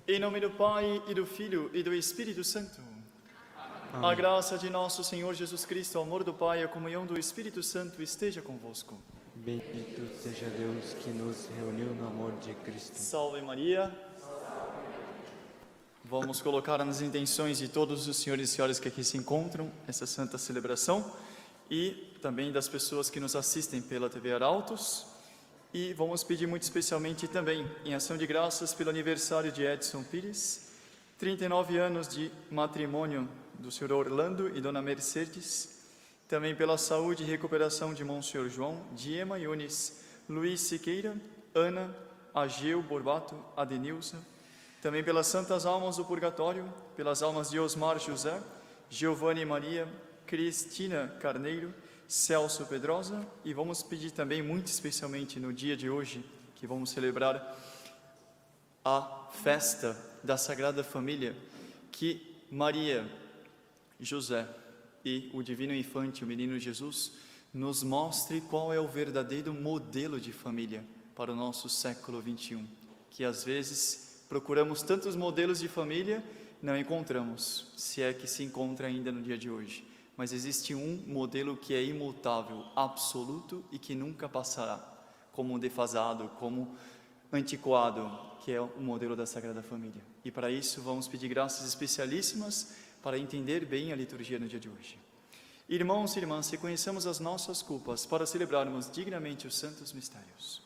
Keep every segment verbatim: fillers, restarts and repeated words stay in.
Em nome do Pai, e do Filho, e do Espírito Santo. Amém. A graça de nosso Senhor Jesus Cristo, o amor do Pai e a comunhão do Espírito Santo esteja convosco. Bendito seja Deus que nos reuniu no amor de Cristo. Salve Maria. Vamos colocar nas intenções de todos os senhores e senhoras que aqui se encontram essa santa celebração e também das pessoas que nos assistem pela T V Arautos. E vamos pedir muito especialmente também, em ação de graças, pelo aniversário de Edson Pires, trinta e nove anos de matrimônio do senhor Orlando e dona Mercedes, também pela saúde e recuperação de Monsenhor João, Diema Yunis, Luiz Siqueira, Ana, Ageu Borbato, Adenilson, também pelas santas almas do purgatório, pelas almas de Osmar José, Giovanni Maria, Cristina Carneiro, Celso Pedrosa, e vamos pedir também muito especialmente no dia de hoje, que vamos celebrar a festa da Sagrada Família, que Maria, José e o Divino Infante, o Menino Jesus, nos mostre qual é o verdadeiro modelo de família para o nosso século vinte e um, que às vezes procuramos tantos modelos de família, não encontramos, se é que se encontra ainda no dia de hoje. Mas existe um modelo que é imutável, absoluto e que nunca passará, como defasado, como antiquado, que é o modelo da Sagrada Família. E para isso vamos pedir graças especialíssimas para entender bem a liturgia no dia de hoje. Irmãos e irmãs, reconheçamos as nossas culpas para celebrarmos dignamente os santos mistérios.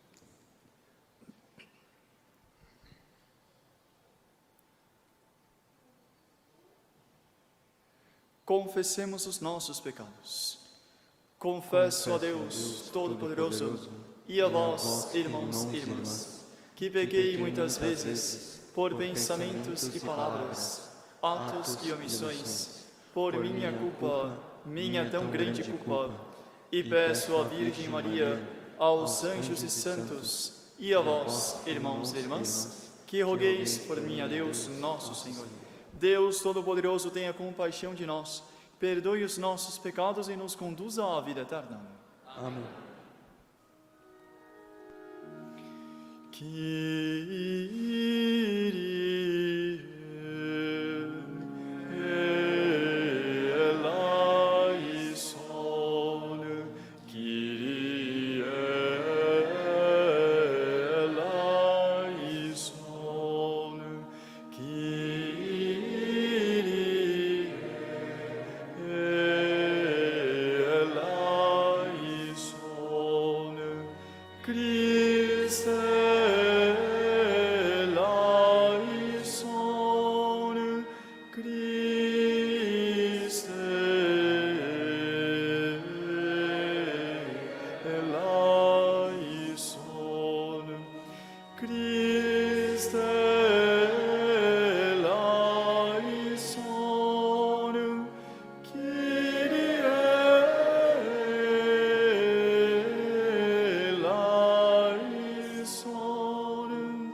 Confessemos os nossos pecados. Confesso a Deus Todo-Poderoso e a vós, irmãos e irmãs, que pequei muitas vezes por pensamentos e palavras, atos e omissões, por minha culpa, minha tão grande culpa, e peço à Virgem Maria, aos anjos e santos, e a vós, irmãos e irmãs, que rogueis por mim a Deus, nosso Senhor. Deus Todo-Poderoso, tenha compaixão de nós, perdoe os nossos pecados e nos conduza à vida eterna. Amém. Kyrie eleison, Kyrie eleison, Kyrie eleison, Christe eleison, Christe eleison, Christe eleison, Kyrie eleison,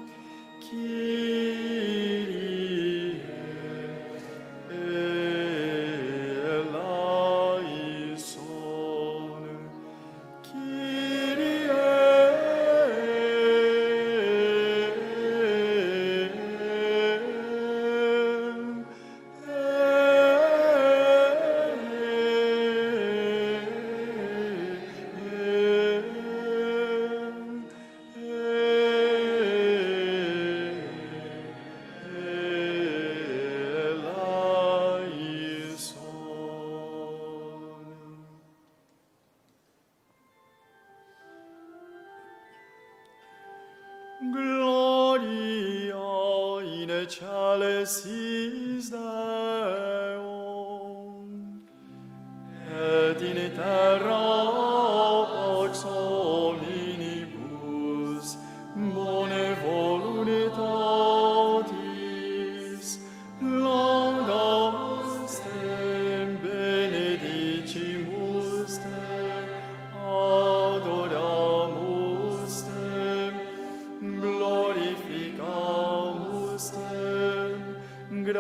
Kyrie eleison, Kyrie eleison. Gloria in excelsis Deo, et in terra pax hominibus bone voluntatis, laudamus te, benedicimus te, adoramus te, glorificamus te,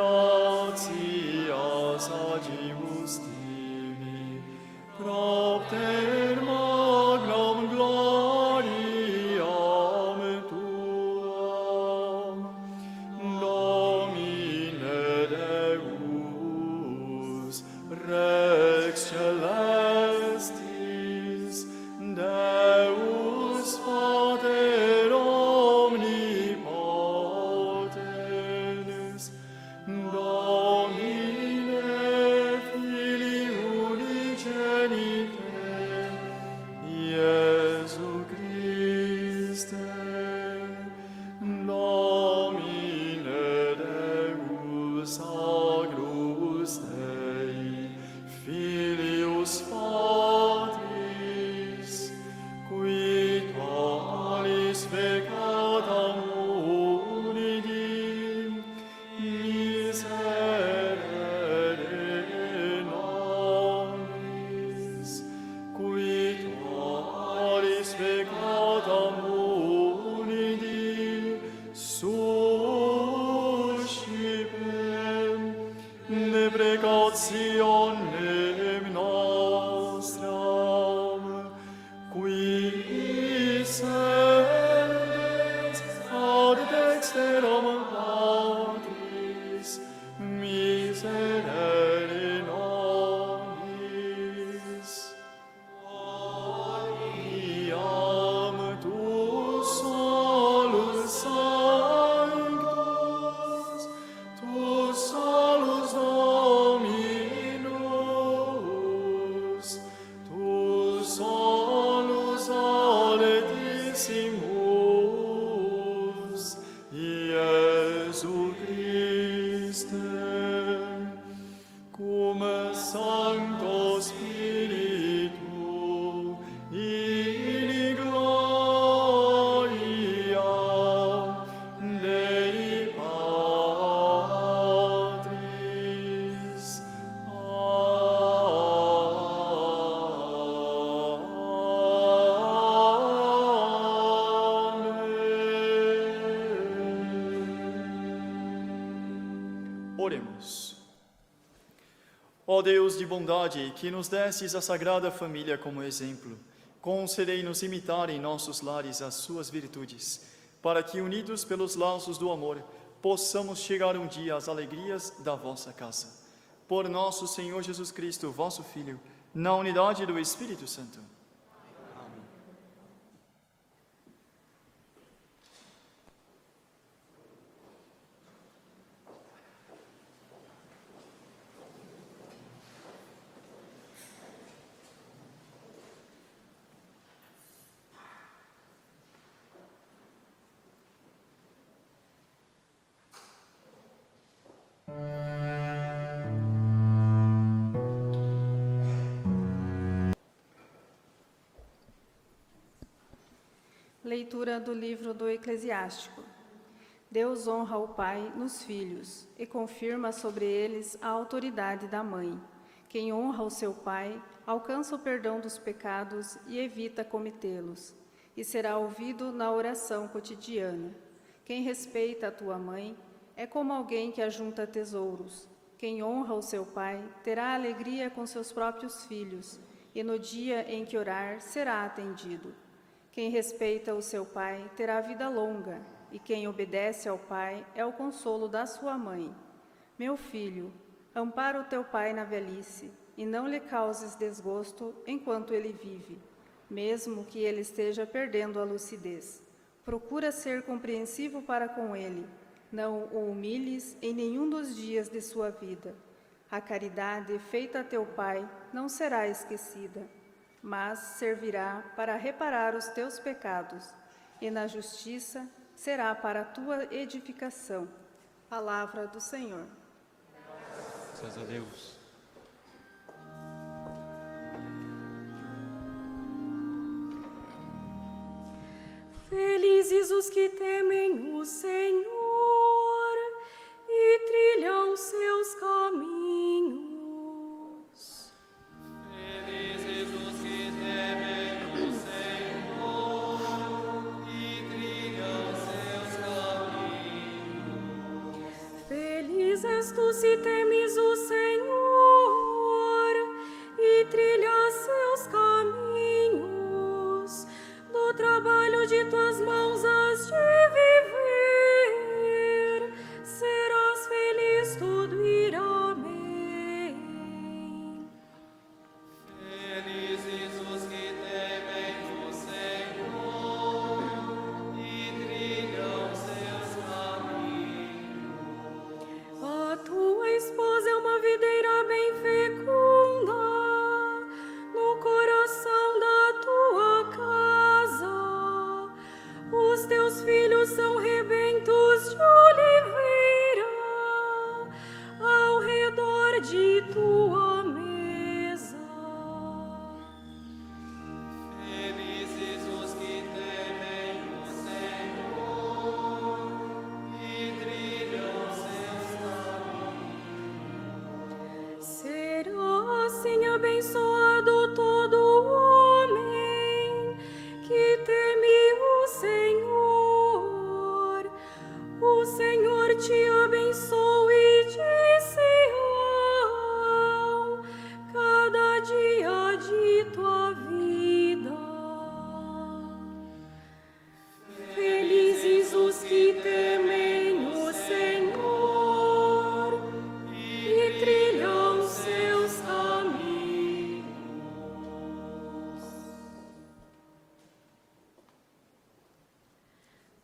peccata munidi, miserere nobis, qui tuaris peccata munidi, suscipem, deprecationem nostram, qui sendes ad dexteram Patris, miserere nobis. Iam tu solus sanctus, tu solus Dominus, tu solus Altissimus, Iesu Christe, cum Sancto Spiritu, in gloria Dei Patris. Amém. Oremos. Ó Deus de bondade, que nos destes a Sagrada Família como exemplo, concedei-nos imitar em nossos lares as suas virtudes, para que, unidos pelos laços do amor, possamos chegar um dia às alegrias da vossa casa. Por nosso Senhor Jesus Cristo, vosso Filho, na unidade do Espírito Santo. Leitura do livro do Eclesiástico. Deus honra o pai nos filhos e confirma sobre eles a autoridade da mãe. Quem honra o seu pai alcança o perdão dos pecados e evita cometê-los, e será ouvido na oração cotidiana. Quem respeita a tua mãe é como alguém que ajunta tesouros. Quem honra o seu pai terá alegria com seus próprios filhos, e no dia em que orar será atendido. Quem respeita o seu pai terá vida longa, e quem obedece ao pai é o consolo da sua mãe. Meu filho, ampara o teu pai na velhice, e não lhe causes desgosto enquanto ele vive, mesmo que ele esteja perdendo a lucidez. Procura ser compreensivo para com ele, não o humilhes em nenhum dos dias de sua vida. A caridade feita a teu pai não será esquecida, mas servirá para reparar os teus pecados, e na justiça será para a tua edificação. Palavra do Senhor. Graças a Deus. Felizes os que temem o Senhor e trilham seus caminhos. Felizes os que temem o Senhor e trilham seus caminhos. Feliz és tu se temes o Senhor e trilhas seus caminhos. Do trabalho de tuas mãos has de viver, serás feliz, tudo irá bem. Felizes os que temem o Senhor e trilham seus caminhos. A tua esposa é uma videira bem fecunda no coração da tua casa. Os teus filhos são rebentos de oliveira ao redor de tua mesa. Felizes os que temem o Senhor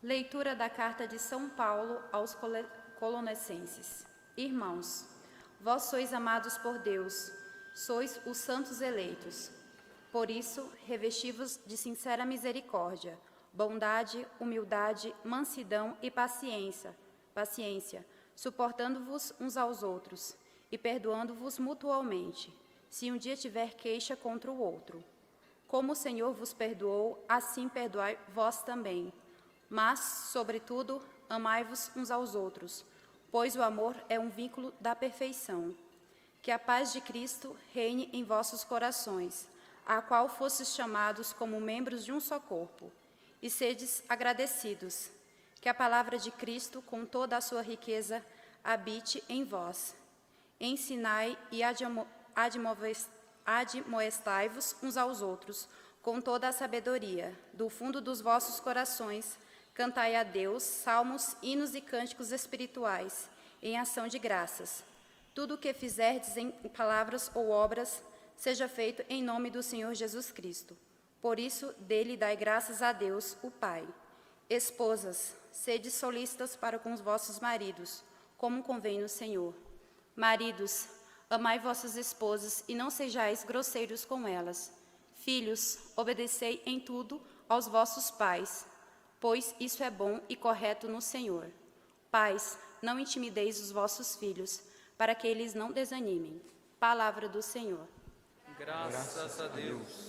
Leitura da Carta de São Paulo aos Cole- Colossenses. Irmãos, vós sois amados por Deus, sois os santos eleitos. Por isso, revesti-vos de sincera misericórdia, bondade, humildade, mansidão e paciência, paciência, suportando-vos uns aos outros e perdoando-vos mutualmente, se um dia tiver queixa contra o outro. Como o Senhor vos perdoou, assim perdoai vós também. Mas, sobretudo, amai-vos uns aos outros, pois o amor é um vínculo da perfeição. Que a paz de Cristo reine em vossos corações, a qual fostes chamados como membros de um só corpo, e sedes agradecidos. Que a palavra de Cristo, com toda a sua riqueza, habite em vós. Ensinai e admo- admoves- admoestai-vos uns aos outros, com toda a sabedoria, do fundo dos vossos corações. Cantai a Deus salmos, hinos e cânticos espirituais, em ação de graças. Tudo o que fizerdes em palavras ou obras, seja feito em nome do Senhor Jesus Cristo. Por isso, dele dai graças a Deus, o Pai. Esposas, sede solícitas para com os vossos maridos, como convém no Senhor. Maridos, amai vossas esposas e não sejais grosseiros com elas. Filhos, obedecei em tudo aos vossos pais, pois isso é bom e correto no Senhor. Pais, não intimideis os vossos filhos, para que eles não desanimem. Palavra do Senhor. Graças a Deus.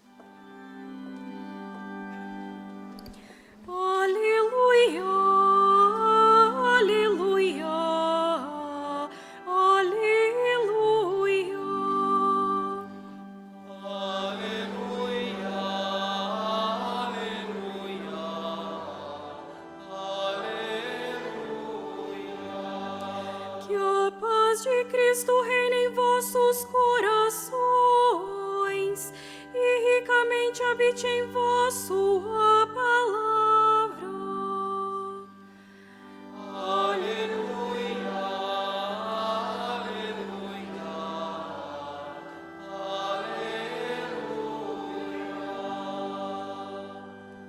Aleluia, aleluia, aleluia. Aleluia, aleluia, aleluia. Que a paz de Cristo reine em vossos corações e ricamente habite em vós sua palavra. Aleluia, aleluia, aleluia.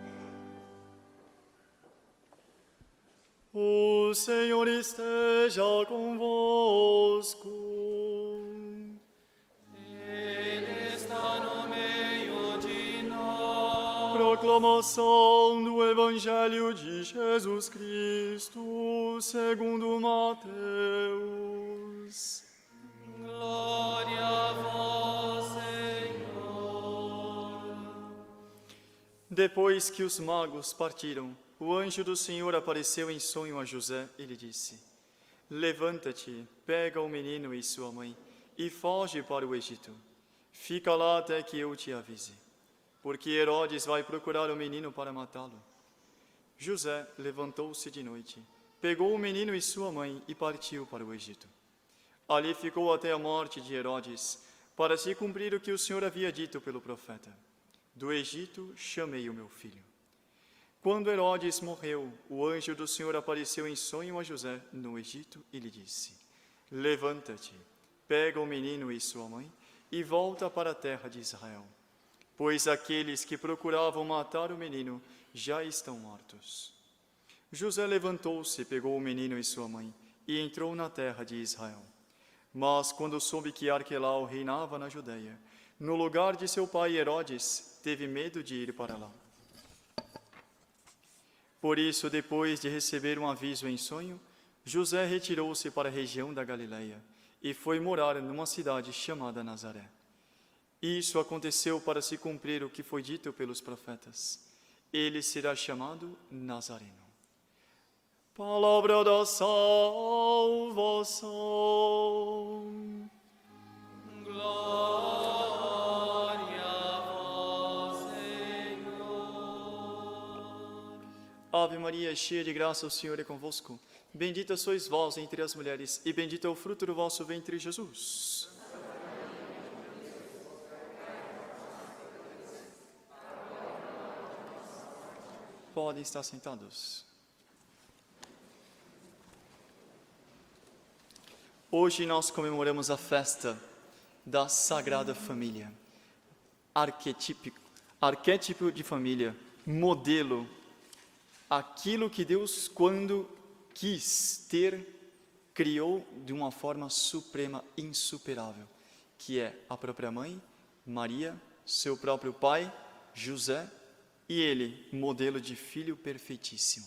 O Senhor esteja convosco. Ele está no meio de nós. Proclamação do Evangelho de Jesus Cristo, segundo Mateus. Glória a vós, Senhor. Depois que os magos partiram, o anjo do Senhor apareceu em sonho a José e lhe disse: Levanta-te, pega o menino e sua mãe e foge para o Egito. Fica lá até que eu te avise, porque Herodes vai procurar o menino para matá-lo. José levantou-se de noite, pegou o menino e sua mãe e partiu para o Egito. Ali ficou até a morte de Herodes, para se cumprir o que o Senhor havia dito pelo profeta: Do Egito chamei o meu filho. Quando Herodes morreu, o anjo do Senhor apareceu em sonho a José no Egito e lhe disse: Levanta-te, pega o menino e sua mãe e volta para a terra de Israel, pois aqueles que procuravam matar o menino já estão mortos. José levantou-se, pegou o menino e sua mãe e entrou na terra de Israel. Mas quando soube que Arquelau reinava na Judeia, no lugar de seu pai Herodes, teve medo de ir para lá. Por isso, depois de receber um aviso em sonho, José retirou-se para a região da Galileia e foi morar numa cidade chamada Nazaré. Isso aconteceu para se cumprir o que foi dito pelos profetas: ele será chamado Nazareno. Palavra da salvação. Glória a vós, Senhor. Ave Maria, cheia de graça, o Senhor é convosco. Bendita sois vós entre as mulheres, e bendito é o fruto do vosso ventre, Jesus. Podem estar sentados. Hoje nós comemoramos a festa da Sagrada Família. Arquetípico, arquétipo de família, modelo aquilo que Deus, quando quis ter, criou de uma forma suprema, insuperável, que é a própria mãe, Maria, seu próprio pai, José, e ele, modelo de filho perfeitíssimo.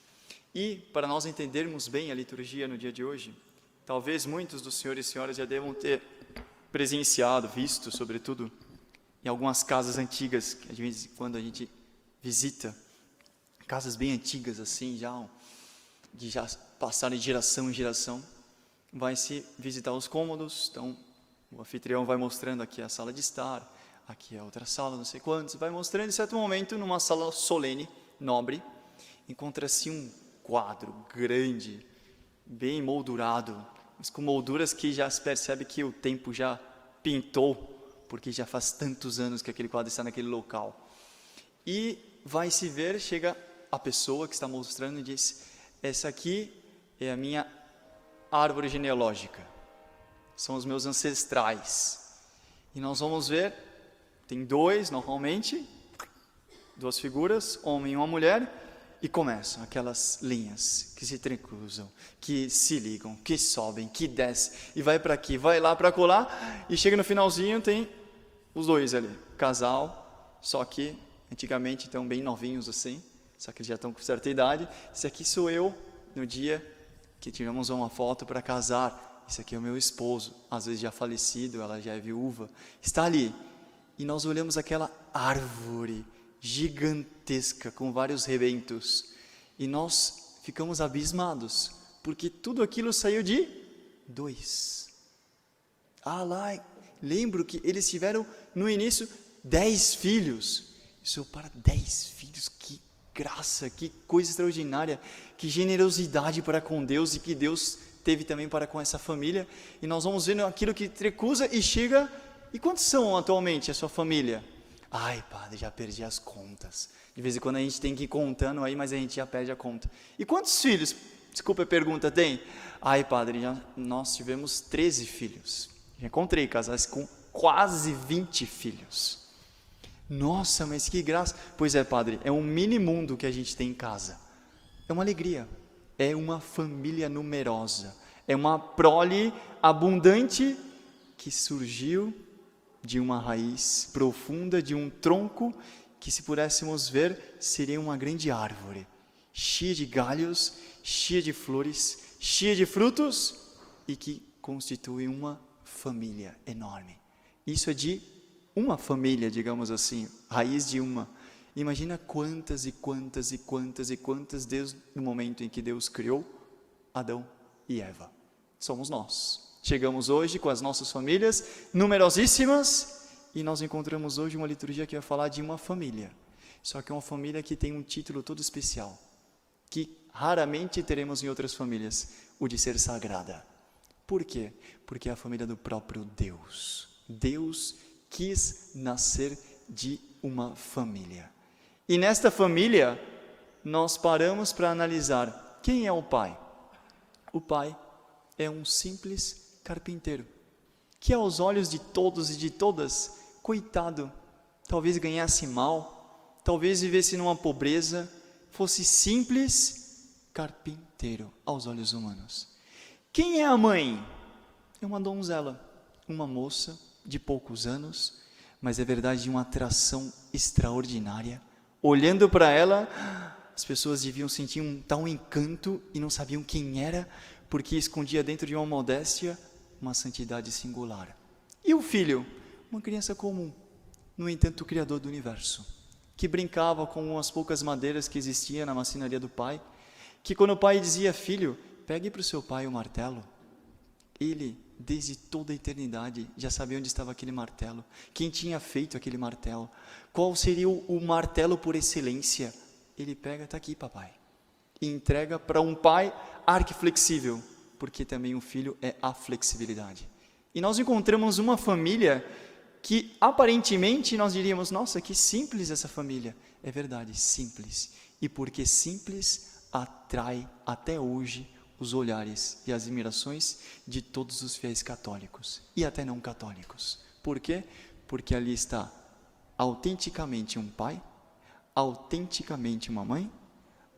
E, para nós entendermos bem a liturgia no dia de hoje, talvez muitos dos senhores e senhoras já devam ter presenciado, visto, sobretudo, em algumas casas antigas, que de vez em quando a gente visita, casas bem antigas assim, já, de já passaram de geração em geração, vai se visitar os cômodos, então o anfitrião vai mostrando aqui a sala de estar, aqui é outra sala, não sei quantos, vai mostrando, em certo momento, numa sala solene, nobre, encontra-se um quadro grande, bem moldurado, mas com molduras que já se percebe que o tempo já pintou, porque já faz tantos anos que aquele quadro está naquele local. E vai se ver, chega a pessoa que está mostrando e diz, essa aqui é a minha árvore genealógica, são os meus ancestrais. E nós vamos ver, tem dois normalmente, duas figuras, homem e uma mulher, e começam aquelas linhas que se entrecruzam, que se ligam, que sobem, que descem, e vai para aqui, vai lá para colar, e chega no finalzinho, tem os dois ali, casal, só que antigamente estão bem novinhos assim, só que eles já estão com certa idade. Esse aqui sou eu, no dia que tivemos uma foto para casar, esse aqui é o meu esposo, às vezes já falecido, ela já é viúva, está ali, e nós olhamos aquela árvore gigantesca, com vários rebentos, e nós ficamos abismados, porque tudo aquilo saiu de dois. Ah lá, lembro que eles tiveram no início dez filhos, isso para dez filhos, que graça, que coisa extraordinária, que generosidade para com Deus, e que Deus teve também para com essa família, e nós vamos vendo aquilo que trecusa e chega, e quantos são atualmente a sua família? Ai, padre, já perdi as contas. De vez em quando a gente tem que ir contando aí, mas a gente já perde a conta. E quantos filhos, desculpa a pergunta, tem? Ai, padre, já, nós tivemos treze filhos. Já encontrei casais com quase vinte filhos. Nossa, mas que graça. Pois é, padre, é um mini mundo que a gente tem em casa. É uma alegria. É uma família numerosa. É uma prole abundante que surgiu de uma raiz profunda, de um tronco que, se pudéssemos ver, seria uma grande árvore, cheia de galhos, cheia de flores, cheia de frutos, e que constitui uma família enorme. Isso é de uma família, digamos assim, raiz de uma. Imagina quantas e quantas e quantas e quantas, desde o momento em que Deus criou Adão e Eva. Somos nós. Chegamos hoje com as nossas famílias numerosíssimas, e nós encontramos hoje uma liturgia que vai falar de uma família. Só que é uma família que tem um título todo especial, que raramente teremos em outras famílias, o de ser sagrada. Por quê? Porque é a família do próprio Deus. Deus quis nascer de uma família. E nesta família, nós paramos para analisar quem é o pai. O pai é um simples carpinteiro, que aos olhos de todos e de todas, coitado, talvez ganhasse mal, talvez vivesse numa pobreza, fosse simples carpinteiro aos olhos humanos. Quem é a mãe? É uma donzela, uma moça de poucos anos, mas é verdade de uma atração extraordinária. Olhando para ela, as pessoas deviam sentir um tal encanto e não sabiam quem era, porque escondia dentro de uma modéstia uma santidade singular. E o filho? Uma criança comum, no entanto o Criador do Universo, que brincava com as poucas madeiras que existiam na marcenaria do pai, que quando o pai dizia, filho, pegue para o seu pai o martelo, ele, desde toda a eternidade, já sabia onde estava aquele martelo, quem tinha feito aquele martelo, qual seria o, o martelo por excelência. Ele pega, está aqui papai, e entrega para um pai arquiflexível, porque também o filho é a flexibilidade. E nós encontramos uma família que aparentemente nós diríamos, nossa, que simples essa família. É verdade, simples. E porque simples, atrai até hoje os olhares e as admirações de todos os fiéis católicos e até não católicos. Por quê? Porque ali está autenticamente um pai, autenticamente uma mãe,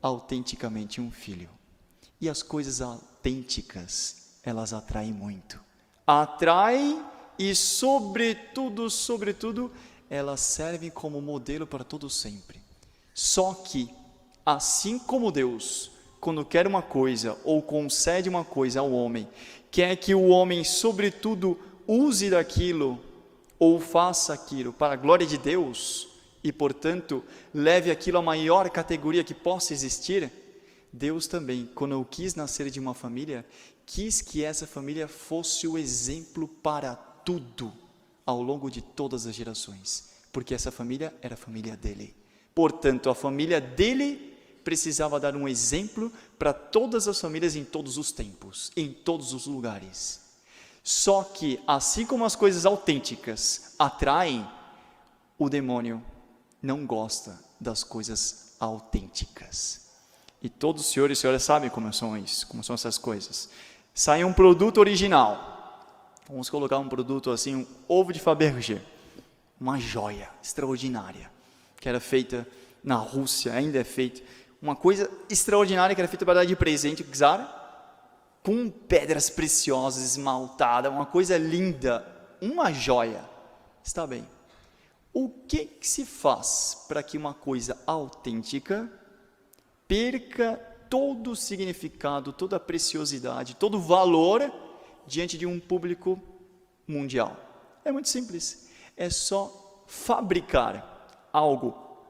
autenticamente um filho. E as coisas autênticas, elas atraem muito. Atraem e, sobretudo, sobretudo, elas servem como modelo para todo sempre. Só que, assim como Deus, quando quer uma coisa ou concede uma coisa ao homem, quer que o homem, sobretudo, use daquilo ou faça aquilo para a glória de Deus e, portanto, leve aquilo à maior categoria que possa existir, Deus também, quando quis nascer de uma família, quis que essa família fosse o exemplo para tudo ao longo de todas as gerações, porque essa família era a família dele. Portanto, a família dele precisava dar um exemplo para todas as famílias em todos os tempos, em todos os lugares. Só que, assim como as coisas autênticas atraem, o demônio não gosta das coisas autênticas. E todos os senhores e senhoras sabem como são isso, como são essas coisas. Sai um produto original. Vamos colocar um produto assim, um ovo de Fabergé, uma joia extraordinária, que era feita na Rússia, ainda é feita, uma coisa extraordinária que era feita para dar de presente ao czar, com pedras preciosas, esmaltada, uma coisa linda, uma joia. Está bem. O que, que se faz para que uma coisa autêntica perca todo o significado, toda a preciosidade, todo o valor diante de um público mundial? É muito simples. É só fabricar algo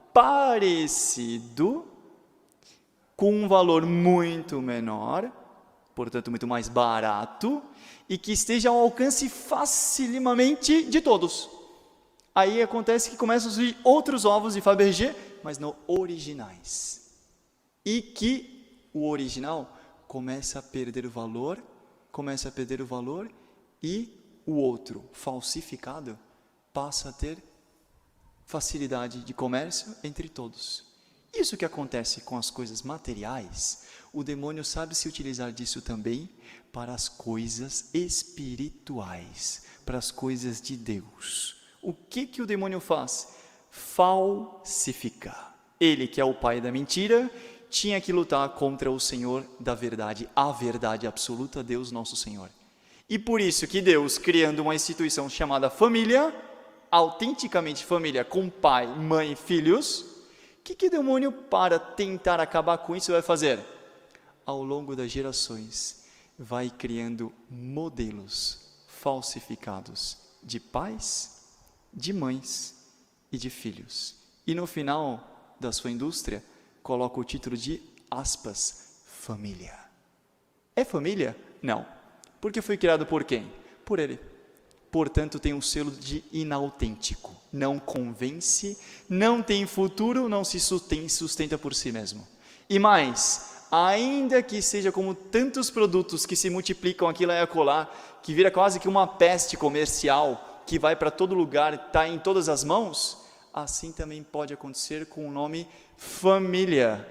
parecido com um valor muito menor, portanto muito mais barato, e que esteja ao alcance facilimamente de todos. Aí acontece que começam a surgir outros ovos de Fabergé, mas não originais. E que o original começa a perder o valor, começa a perder o valor, e o outro, falsificado, passa a ter facilidade de comércio entre todos. Isso que acontece com as coisas materiais, o demônio sabe se utilizar disso também para as coisas espirituais, para as coisas de Deus. O que que o demônio faz? Falsificar. Ele, que é o pai da mentira, tinha que lutar contra o Senhor da verdade, a verdade absoluta, Deus nosso Senhor. E por isso que Deus, criando uma instituição chamada família, autenticamente família com pai, mãe e filhos, o que, que o demônio, para tentar acabar com isso, vai fazer? Ao longo das gerações, vai criando modelos falsificados de pais, de mães e de filhos. E no final da sua indústria, coloca o título de, aspas, família. É família? Não. Porque foi criado por quem? Por ele. Portanto, tem um selo de inautêntico. Não convence, não tem futuro, não se sustenta por si mesmo. E mais, ainda que seja como tantos produtos que se multiplicam aqui lá e acolá, que vira quase que uma peste comercial, que vai para todo lugar, está em todas as mãos, assim também pode acontecer com o nome família.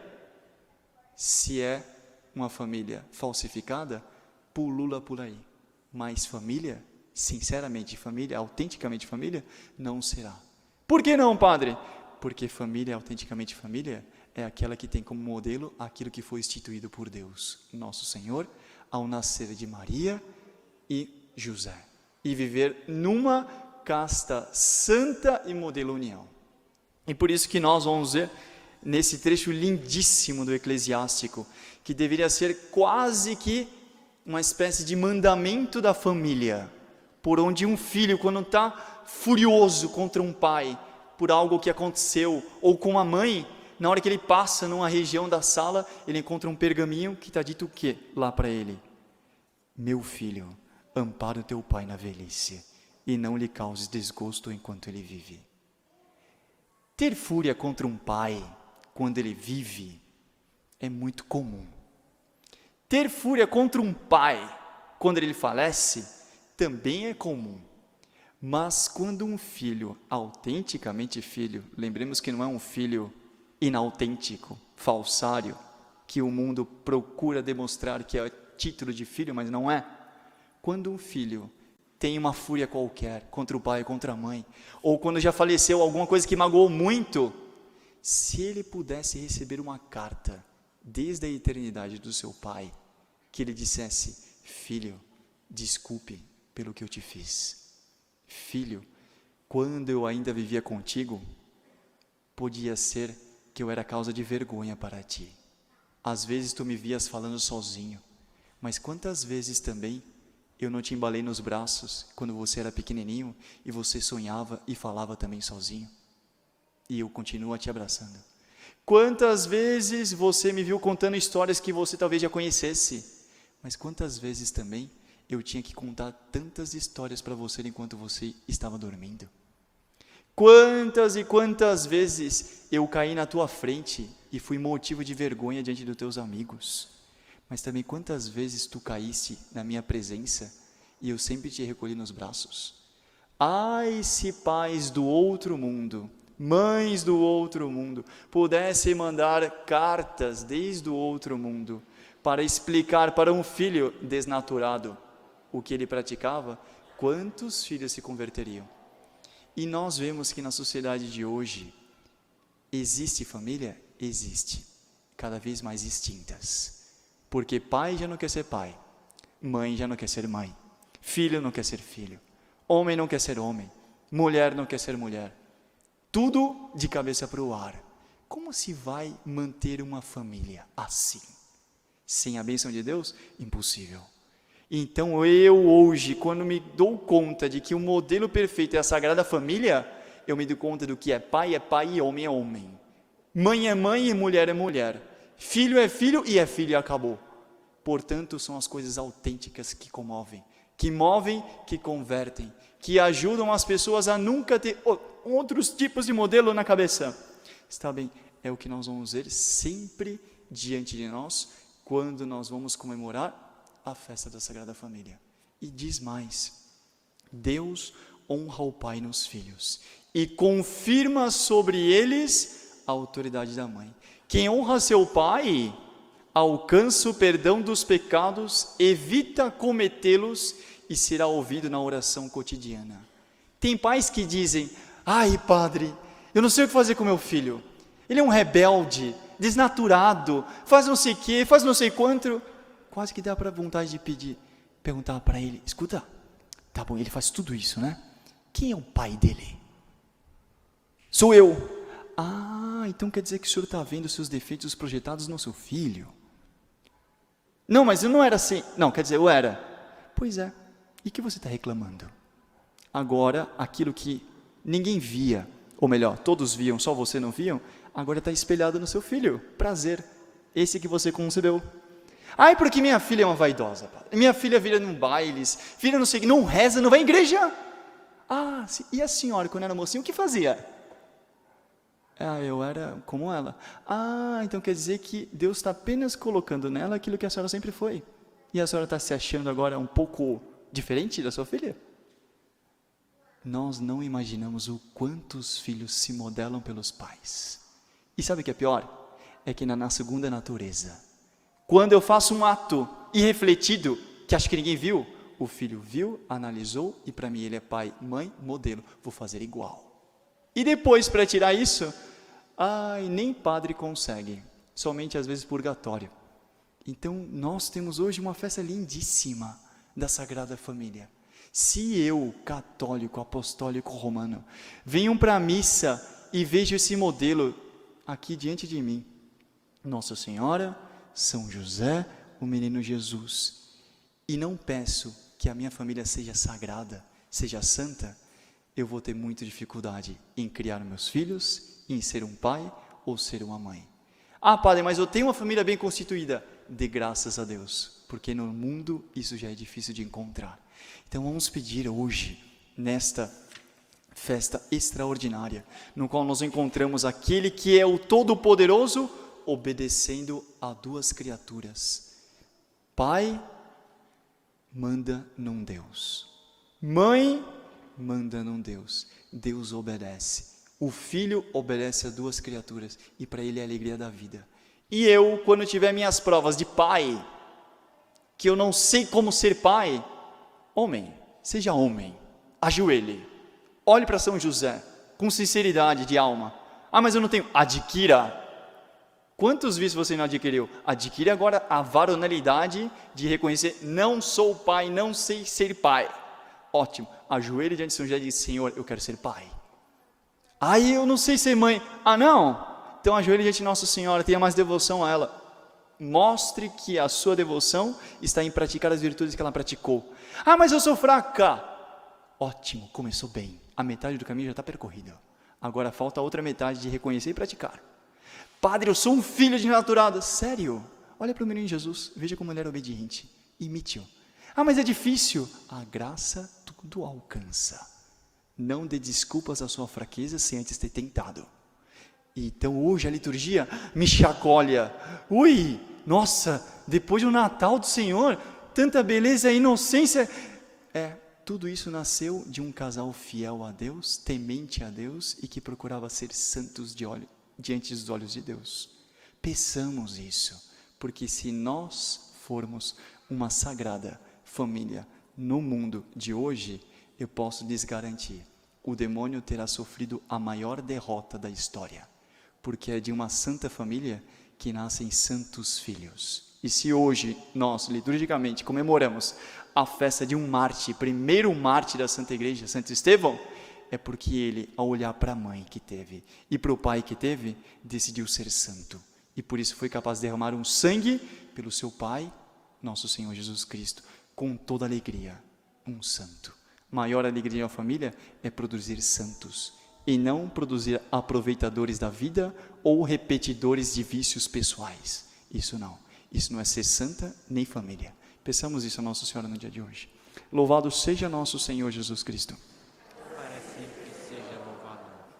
Se é uma família falsificada, pulula por aí. Mas família, sinceramente família, autenticamente família, não será. Por que não, padre? Porque família, autenticamente família, é aquela que tem como modelo aquilo que foi instituído por Deus, nosso Senhor, ao nascer de Maria e José. E viver numa casta santa e modelo união. E por isso que nós vamos ver nesse trecho lindíssimo do Eclesiástico, que deveria ser quase que uma espécie de mandamento da família, por onde um filho, quando está furioso contra um pai, por algo que aconteceu, ou com uma mãe, na hora que ele passa numa região da sala, ele encontra um pergaminho que está dito o quê lá para ele? Meu filho, ampara o teu pai na velhice, e não lhe causes desgosto enquanto ele vive. Ter fúria contra um pai, quando ele vive, é muito comum. Ter fúria contra um pai, quando ele falece, também é comum. Mas quando um filho, autenticamente filho, lembremos que não é um filho inautêntico, falsário, que o mundo procura demonstrar que é título de filho, mas não é. Quando um filho tem uma fúria qualquer contra o pai, contra a mãe, ou quando já faleceu alguma coisa que magoou muito, se ele pudesse receber uma carta desde a eternidade do seu pai, que ele dissesse: filho, desculpe pelo que eu te fiz. Filho, quando eu ainda vivia contigo, podia ser que eu era causa de vergonha para ti. Às vezes tu me vias falando sozinho, mas quantas vezes também eu não te embalei nos braços quando você era pequenininho e você sonhava e falava também sozinho? E eu continuo a te abraçando. Quantas vezes você me viu contando histórias que você talvez já conhecesse, mas quantas vezes também eu tinha que contar tantas histórias para você enquanto você estava dormindo? Quantas e quantas vezes eu caí na tua frente e fui motivo de vergonha diante dos teus amigos? Mas também quantas vezes tu caíste na minha presença e eu sempre te recolhi nos braços? Ai, se pais do outro mundo, mães do outro mundo, pudessem mandar cartas desde o outro mundo para explicar para um filho desnaturado o que ele praticava, quantos filhos se converteriam? E nós vemos que na sociedade de hoje, existe família? Existe, cada vez mais extintas. Porque pai já não quer ser pai, mãe já não quer ser mãe, filho não quer ser filho, homem não quer ser homem, mulher não quer ser mulher. Tudo de cabeça para o ar. Como se vai manter uma família assim? Sem a bênção de Deus? Impossível. Então eu hoje, quando me dou conta de que o modelo perfeito é a Sagrada Família, eu me dou conta do que é pai é pai e homem é homem. Mãe é mãe e mulher é mulher. Filho é filho e é filho e acabou. Portanto, são as coisas autênticas que comovem, que movem, que convertem, que ajudam as pessoas a nunca ter outros tipos de modelo na cabeça. Está bem, é o que nós vamos ver sempre diante de nós, quando nós vamos comemorar a festa da Sagrada Família. E diz mais: Deus honra o pai nos filhos e confirma sobre eles a autoridade da mãe. Quem honra seu pai alcança o perdão dos pecados, evita cometê-los e será ouvido na oração cotidiana. Tem pais que dizem: ai, padre, eu não sei o que fazer com meu filho, ele é um rebelde, desnaturado, faz não sei o que, faz não sei quanto. Quase que dá para vontade de pedir, perguntar para ele: escuta, tá bom, ele faz tudo isso, né? Quem é o pai dele? Sou eu. Ah, então quer dizer que o senhor está vendo os seus defeitos projetados no seu filho? Não, mas eu não era assim. Não, quer dizer, eu era. Pois é, e que você está reclamando? Agora, aquilo que ninguém via, ou melhor, todos viam, só você não viam, agora está espelhado no seu filho. Prazer, esse que você concebeu. Ai, porque minha filha é uma vaidosa, padre. Minha filha vira num bailes, filha não sei, não reza, não vai à igreja. Ah, e a senhora, quando era mocinha, o que fazia? Ah, eu era como ela. Ah, então quer dizer que Deus está apenas colocando nela aquilo que a senhora sempre foi. E a senhora está se achando agora um pouco diferente da sua filha? Nós não imaginamos o quanto os filhos se modelam pelos pais. E sabe o que é pior? É que na, na segunda natureza, quando eu faço um ato irrefletido, que acho que ninguém viu, o filho viu, analisou, e para mim ele é pai, mãe, modelo, vou fazer igual. E depois, para tirar isso, ai, nem padre consegue, somente às vezes purgatório. Então, nós temos hoje uma festa lindíssima da Sagrada Família. Se eu, católico, apostólico romano, venho para a missa e vejo esse modelo aqui diante de mim, Nossa Senhora, São José, o menino Jesus, e não peço que a minha família seja sagrada, seja santa, eu vou ter muita dificuldade em criar meus filhos, em ser um pai ou ser uma mãe. Ah, padre, mas eu tenho uma família bem constituída. Dê graças a Deus, porque no mundo isso já é difícil de encontrar. Então vamos pedir hoje, nesta festa extraordinária, no qual nós encontramos aquele que é o Todo-Poderoso, obedecendo a duas criaturas. Pai manda num Deus. Mãe manda num Deus. Deus obedece. O filho obedece a duas criaturas e para ele é a alegria da vida. E eu, quando tiver minhas provas de pai, que eu não sei como ser pai, homem, seja homem, ajoelhe, olhe para São José, com sinceridade de alma. Ah, mas eu não tenho, adquira. Quantos vícios você não adquiriu? Adquire agora a varonilidade de reconhecer, não sou pai, não sei ser pai. Ótimo, ajoelhe diante de São José e diz, Senhor, eu quero ser pai. Aí eu não sei ser mãe. Ah não? Então ajoelhe diante de Nossa Senhora, tenha mais devoção a ela. Mostre que a sua devoção está em praticar as virtudes que ela praticou. Ah, mas eu sou fraca. Ótimo, começou bem. A metade do caminho já está percorrida. Agora falta a outra metade de reconhecer e praticar. Padre, eu sou um filho de naturada. Sério? Olha para o menino Jesus, veja como ele era obediente. Imite-o. Ah, mas é difícil. A graça tudo alcança. Não dê desculpas à sua fraqueza sem antes ter tentado. Então hoje a liturgia me chacoalha. Ui, nossa, depois do Natal do Senhor, tanta beleza e inocência. É, tudo isso nasceu de um casal fiel a Deus, temente a Deus e que procurava ser santos de olho, diante dos olhos de Deus. Peçamos isso, porque se nós formos uma sagrada família no mundo de hoje, eu posso lhes garantir, o demônio terá sofrido a maior derrota da história, porque é de uma santa família que nascem santos filhos. E se hoje nós, liturgicamente, comemoramos a festa de um mártir, primeiro mártir da Santa Igreja, Santo Estevão, é porque ele, ao olhar para a mãe que teve e para o pai que teve, decidiu ser santo. E por isso foi capaz de derramar um sangue pelo seu pai, nosso Senhor Jesus Cristo, com toda alegria, um santo. Maior alegria da família é produzir santos, e não produzir aproveitadores da vida ou repetidores de vícios pessoais. Isso não. Isso não é ser santa nem família. Peçamos isso a Nossa Senhora no dia de hoje. Louvado seja nosso Senhor Jesus Cristo. Para sempre seja louvado.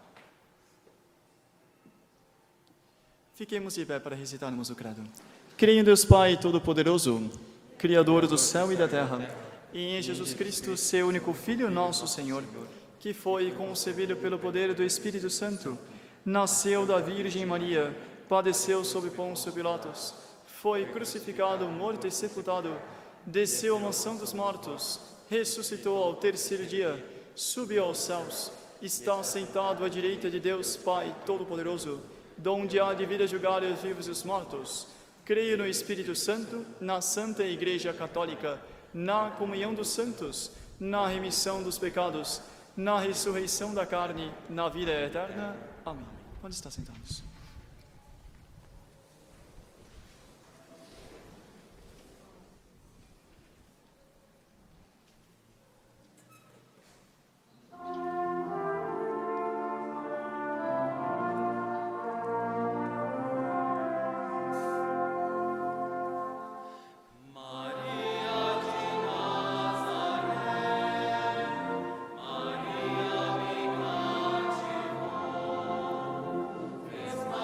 Fiquemos de pé para recitarmos o credo. Creio em Deus Pai Todo-Poderoso, Criador do céu e da terra, e em Jesus Cristo, seu único Filho, nosso Senhor, que foi concebido pelo poder do Espírito Santo, nasceu da Virgem Maria, padeceu sob Pôncio Pilatos, foi crucificado, morto e sepultado, desceu à mansão dos mortos, ressuscitou ao terceiro dia, subiu aos céus, está sentado à direita de Deus Pai Todo-Poderoso, donde há de vir a julgar os vivos e os mortos. Creio no Espírito Santo, na Santa Igreja Católica, na comunhão dos santos, na remissão dos pecados, na ressurreição da carne, na vida eterna. Amém. Pode estar sentados. Maria,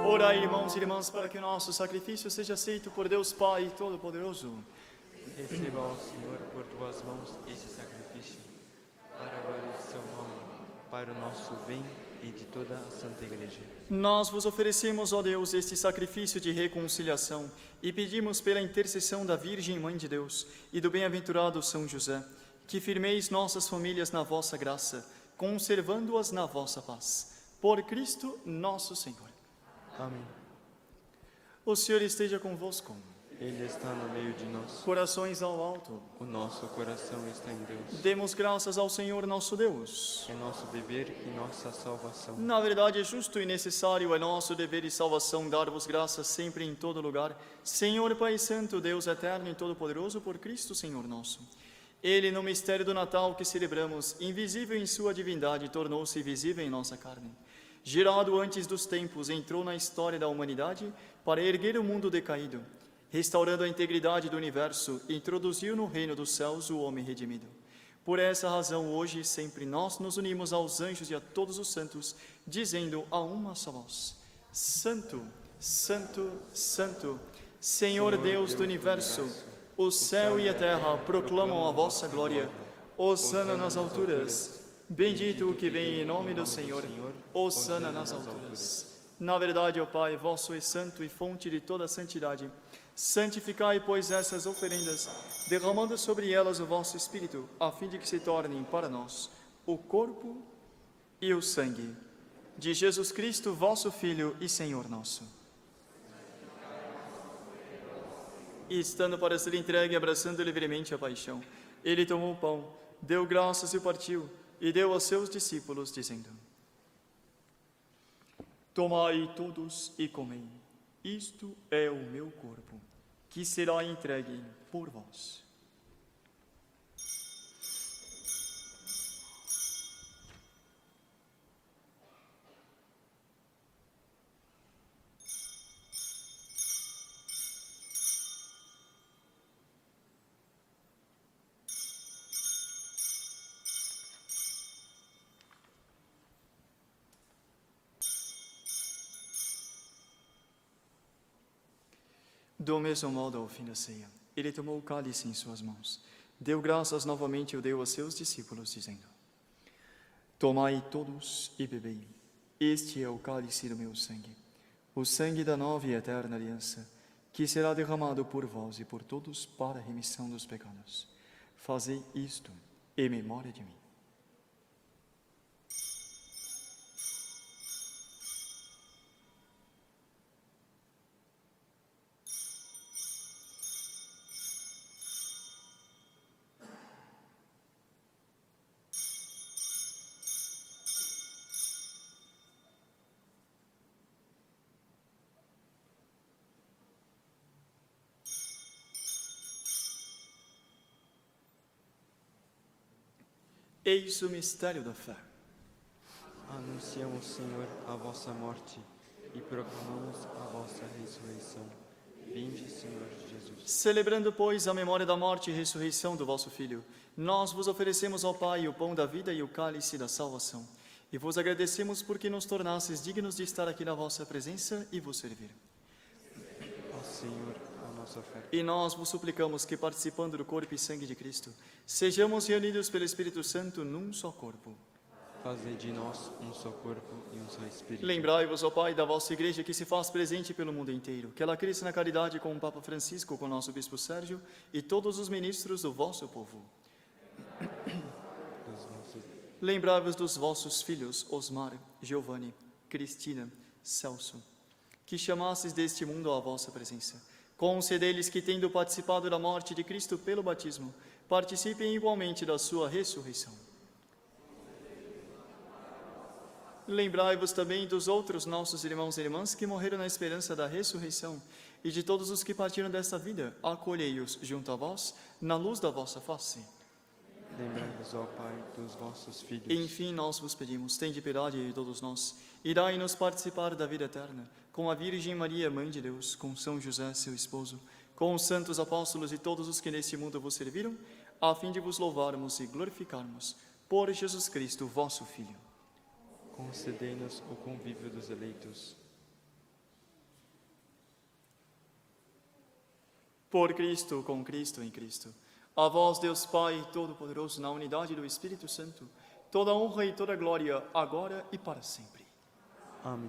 Orai, irmãos e irmãs, para que o nosso sacrifício seja aceito por Deus Pai Todo-Poderoso. Receba, ó Senhor, por tuas mãos esse sacrifício, para a glória de seu nome, para o nosso bem e de toda a Santa Igreja. Nós vos oferecemos, ó Deus, este sacrifício de reconciliação e pedimos pela intercessão da Virgem Mãe de Deus e do bem-aventurado São José, que firmeis nossas famílias na vossa graça, conservando-as na vossa paz. Por Cristo nosso Senhor. Amém. O Senhor esteja convosco. Ele está no meio de nós. Corações ao alto. O nosso coração está em Deus. Demos graças ao Senhor nosso Deus. É nosso dever e nossa salvação. Na verdade, é justo e necessário, é nosso dever e salvação dar-vos graças sempre e em todo lugar. Senhor Pai Santo, Deus eterno e todo-poderoso, por Cristo Senhor nosso. Ele, no mistério do Natal que celebramos, invisível em sua divindade, tornou-se visível em nossa carne. Gerado antes dos tempos, entrou na história da humanidade para erguer o mundo decaído. Restaurando a integridade do universo, introduziu no reino dos céus o homem redimido. Por essa razão, hoje e sempre nós nos unimos aos anjos e a todos os santos, dizendo a uma só voz: Santo, Santo, Santo, Senhor Deus do universo, o céu e a terra proclamam a vossa glória. Hosana nas alturas. Bendito o que vem em nome do Senhor. Hosana nas alturas. Na verdade, ó Pai, vós sois santo e fonte de toda santidade. Santificai, pois, essas oferendas, derramando sobre elas o vosso Espírito, a fim de que se tornem para nós o corpo e o sangue de Jesus Cristo, vosso Filho e Senhor nosso. E estando para ser entregue, abraçando livremente a paixão, ele tomou o pão, deu graças e o partiu, e deu aos seus discípulos, dizendo: Tomai todos e comei. Isto é o meu corpo, que será entregue por vós. Do mesmo modo, ao fim da ceia, ele tomou o cálice em suas mãos, deu graças novamente e o deu a seus discípulos, dizendo: Tomai todos e bebei. Este é o cálice do meu sangue, o sangue da nova e eterna aliança, que será derramado por vós e por todos para a remissão dos pecados. Fazei isto em memória de mim. Eis o mistério da fé. Anunciamos, Senhor, a vossa morte e proclamamos a vossa ressurreição. Vinde, Senhor Jesus. Celebrando, pois, a memória da morte e ressurreição do vosso Filho, nós vos oferecemos ao Pai o pão da vida e o cálice da salvação. E vos agradecemos porque nos tornastes dignos de estar aqui na vossa presença e vos servir. Ó Senhor, a nossa fé. E nós vos suplicamos que, participando do corpo e sangue de Cristo, sejamos reunidos pelo Espírito Santo num só corpo. Fazei de nós um só corpo e um só Espírito. Lembrai-vos, ó Pai, da vossa Igreja que se faz presente pelo mundo inteiro, que ela cresça na caridade com o Papa Francisco, com o nosso Bispo Sérgio e todos os ministros do vosso povo. Dos nossos... Lembrai-vos dos vossos filhos, Osmar, Giovanni, Cristina, Celso, que chamastes deste mundo à vossa presença. Concedei-lhes que, tendo participado da morte de Cristo pelo batismo, participem igualmente da sua ressurreição. Lembrai-vos também dos outros nossos irmãos e irmãs que morreram na esperança da ressurreição e de todos os que partiram desta vida, acolhei-os junto a vós, na luz da vossa face. Lembrai-vos, ó Pai, dos vossos filhos. Enfim, nós vos pedimos, tende piedade de todos nós, e dai-nos participar da vida eterna, com a Virgem Maria, Mãe de Deus, com São José, seu esposo, com os santos apóstolos e todos os que neste mundo vos serviram, a fim de vos louvarmos e glorificarmos, por Jesus Cristo, vosso Filho. Concedei-nos o convívio dos eleitos. Por Cristo, com Cristo, em Cristo. A vós, Deus Pai Todo-Poderoso, na unidade do Espírito Santo, toda honra e toda glória, agora e para sempre. Amém.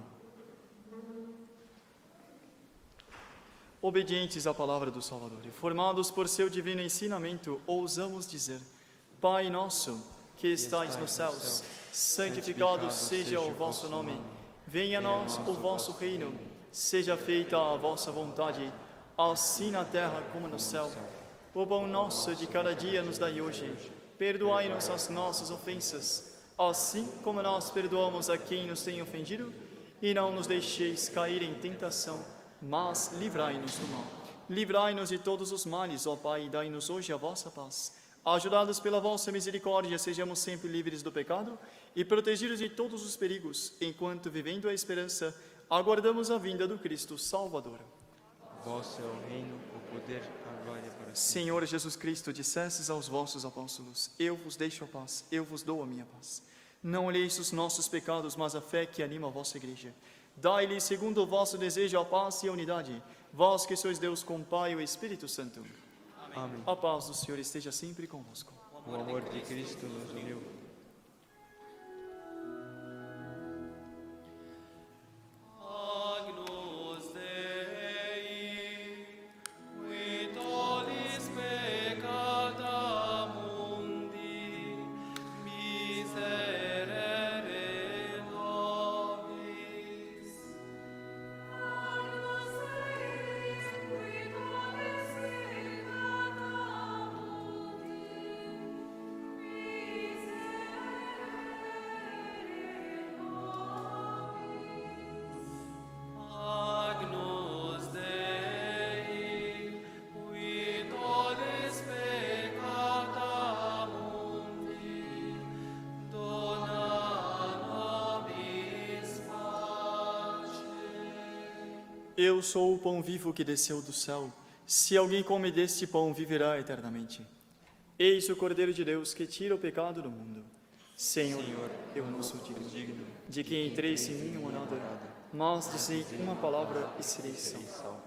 Obedientes à palavra do Salvador e formados por seu divino ensinamento, ousamos dizer: Pai nosso, que estais nos céus, santificado seja o vosso nome. Venha a nós o vosso reino. Seja feita a vossa vontade, assim na terra como no céu. O pão nosso de cada dia nos dai hoje. Perdoai-nos as nossas ofensas, assim como nós perdoamos a quem nos tem ofendido. E não nos deixeis cair em tentação, mas livrai-nos do mal. Livrai-nos de todos os males, ó Pai, e dai-nos hoje a vossa paz. Ajudados pela vossa misericórdia, sejamos sempre livres do pecado e protegidos de todos os perigos, enquanto, vivendo a esperança, aguardamos a vinda do Cristo Salvador. Vosso é o reino, o poder, a glória para sempre. Senhor Jesus Cristo, dissestes aos vossos apóstolos: Eu vos deixo a paz, eu vos dou a minha paz. Não olheis os nossos pecados, mas a fé que anima a vossa igreja. Dai-lhe, segundo o vosso desejo, a paz e a unidade, vós que sois Deus com o Pai e o Espírito Santo. Amém. A paz do Senhor esteja sempre convosco. O amor de Cristo nos uniu. Agnus Dei, qui tollis peccata mundi, miserere nobis. Agnus Dei, qui tollis peccata mundi, Agnus Dei, qui tollis peccata mundi, dona nobis pace. Eu sou o pão vivo que desceu do céu. Se alguém come deste pão, viverá eternamente. Eis o Cordeiro de Deus que tira o pecado do mundo. Senhor, eu não sou digno de que entreis em minha morada, mas dizei uma palavra e serei salvo.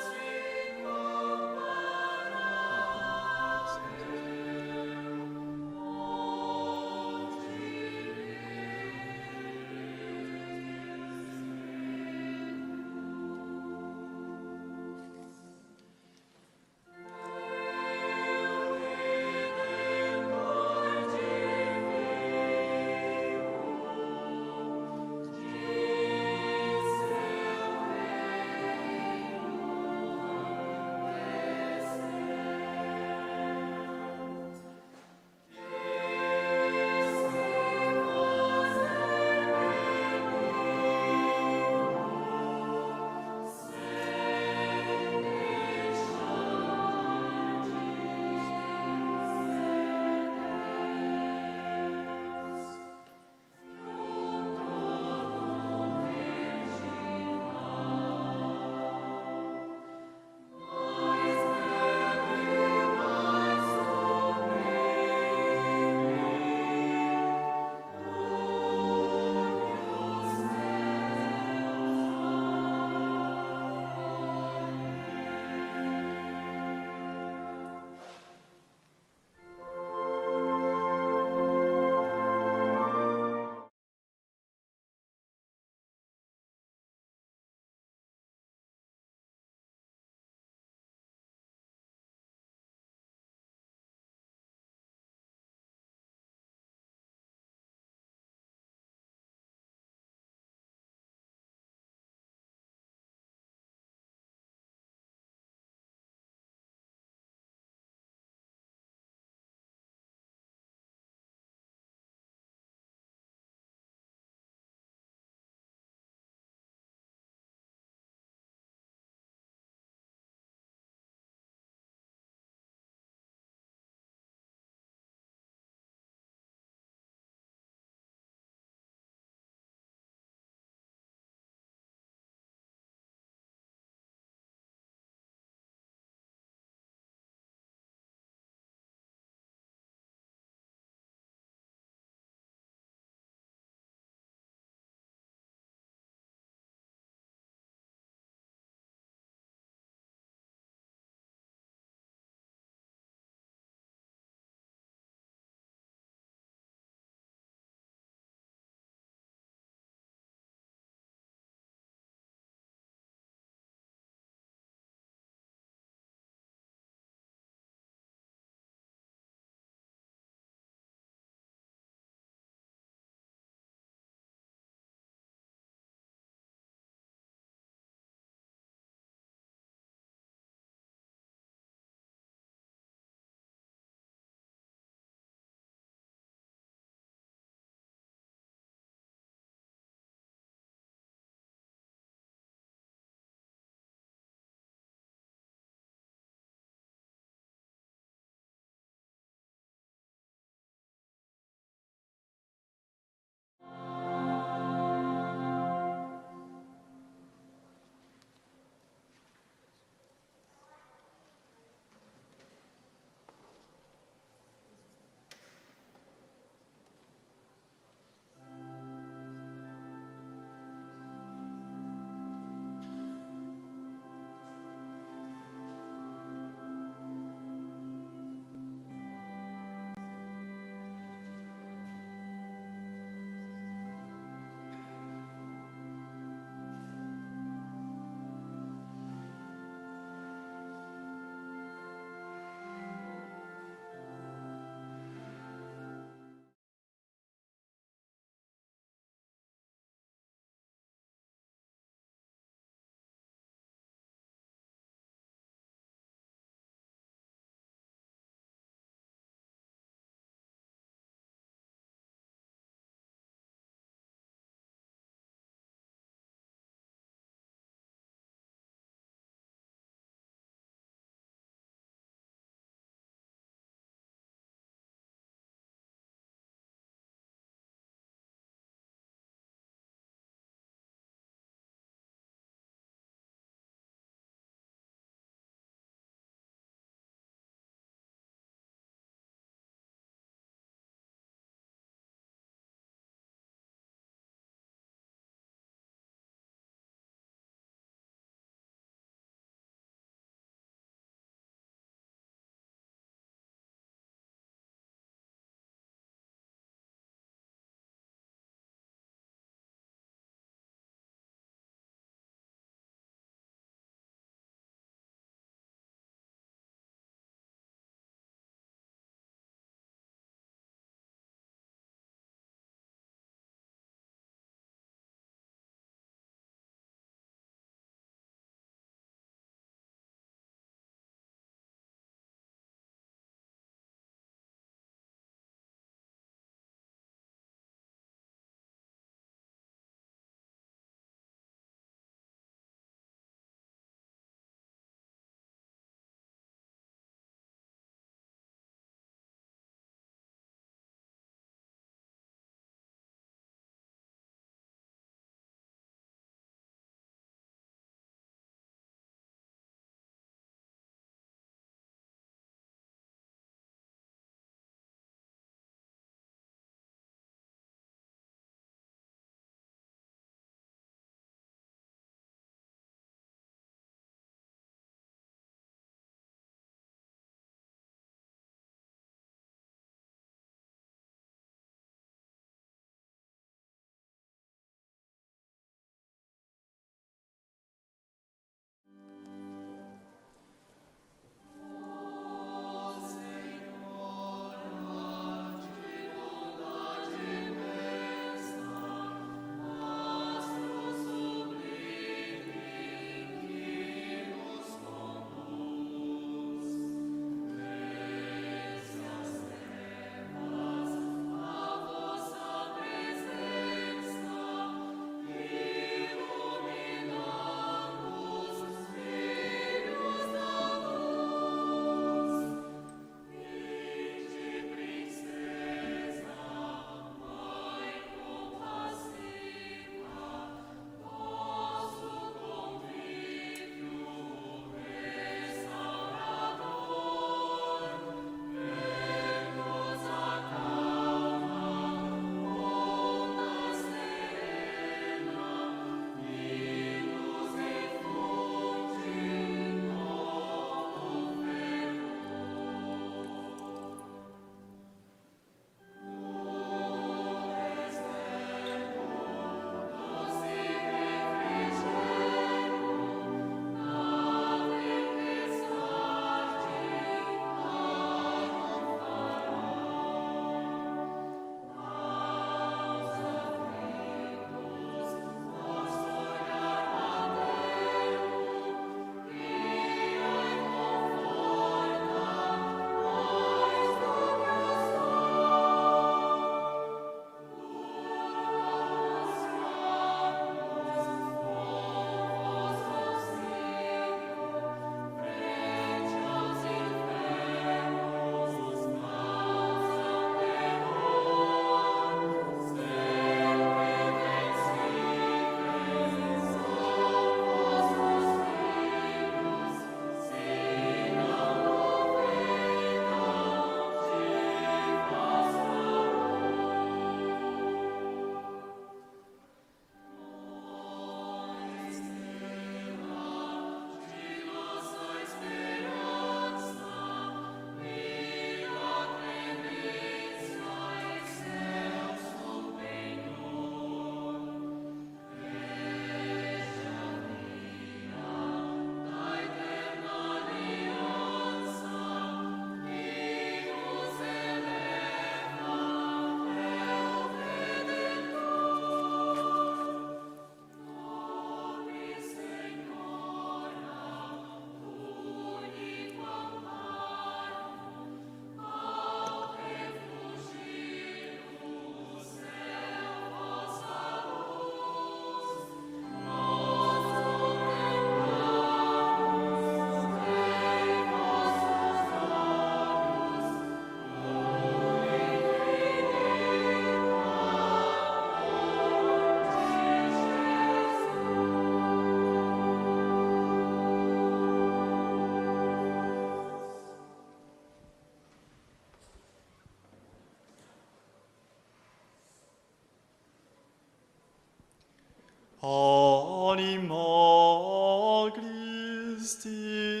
Anima Christi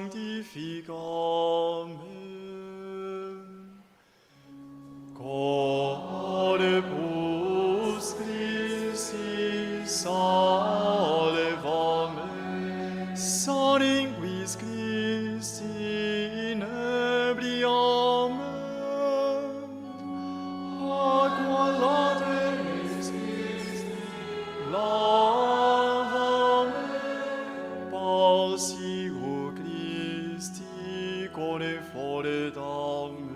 sanctificamem, corpus Christi salvamem, sanguis Christi inebriamem, aqua lateris Christi lavamem, passio Christi confortamem.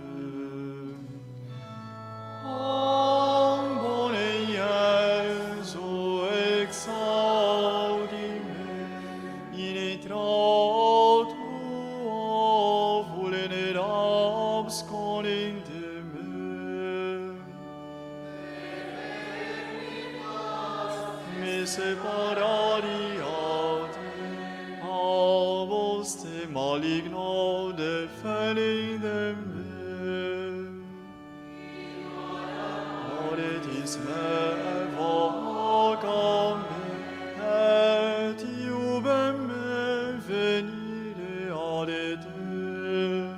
Ambone Iesu exaudime, in etrato vulnerabs conendem. Me separariate a voste maligno defendem me. Moretis me evocam me, et iubem me venire adedem.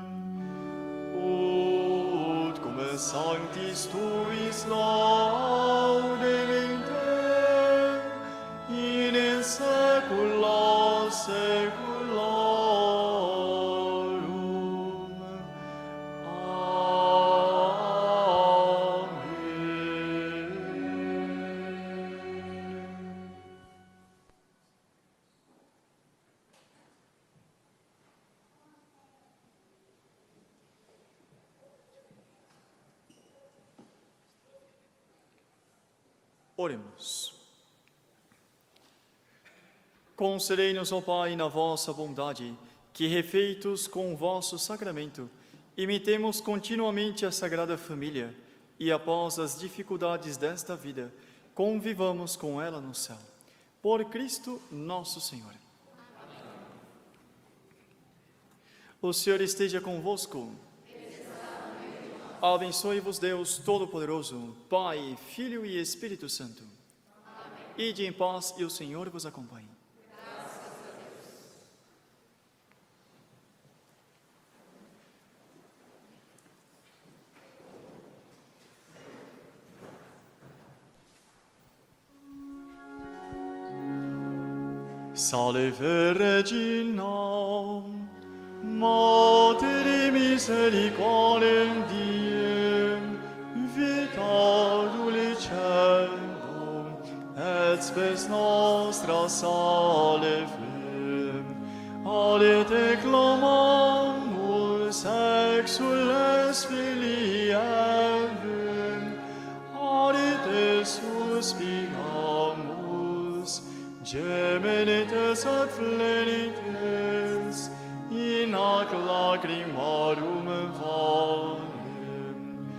Ut cum sanctis tuis laudem in te, in saecula saeculorum. Amen. Oremos. Concedei-nos, ó Pai, na vossa bondade, que, refeitos com o vosso sacramento, imitemos continuamente a Sagrada Família e, após as dificuldades desta vida, convivamos com ela no céu. Por Cristo nosso Senhor. Amém. O Senhor esteja convosco. Abençoe-vos Deus Todo-Poderoso, Pai, Filho e Espírito Santo. Amém. Ide em paz e o Senhor vos acompanhe. Graças a Deus. Salve Regina, Mater misericordiae Diem, vita dulcendum, et spes nostra salvem. Ade te clamamus, exules filii Evem, ade te suspiramus, gemenites et flenites, in ac lacrimarum valem.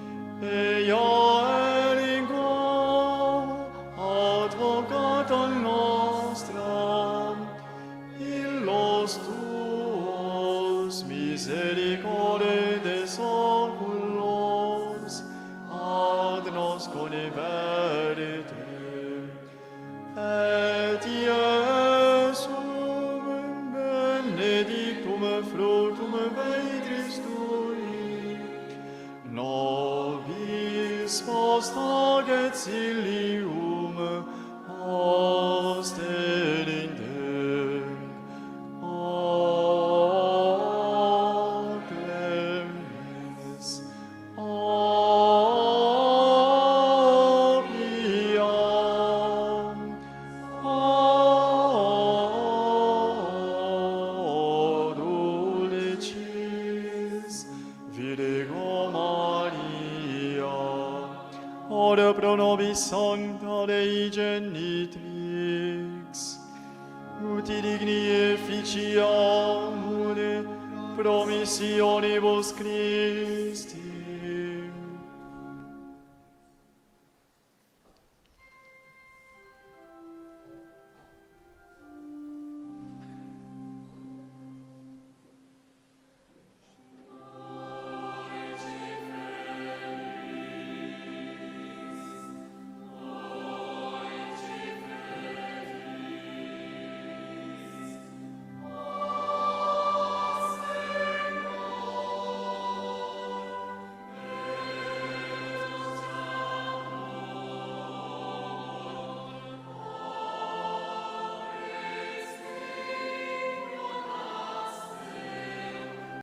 Ea ergo advocata nostra, illos tuos misericordiae de saeculos, ad nos converite. Et Iesum benedictum fructum ventris tui, nobis post hoc exilium ostenindem. O clemens, o piam, o dulcis Virgo Maria, ora pro nobis sancta Dei genitrix, uti digni efficiamur promissionibus Christi,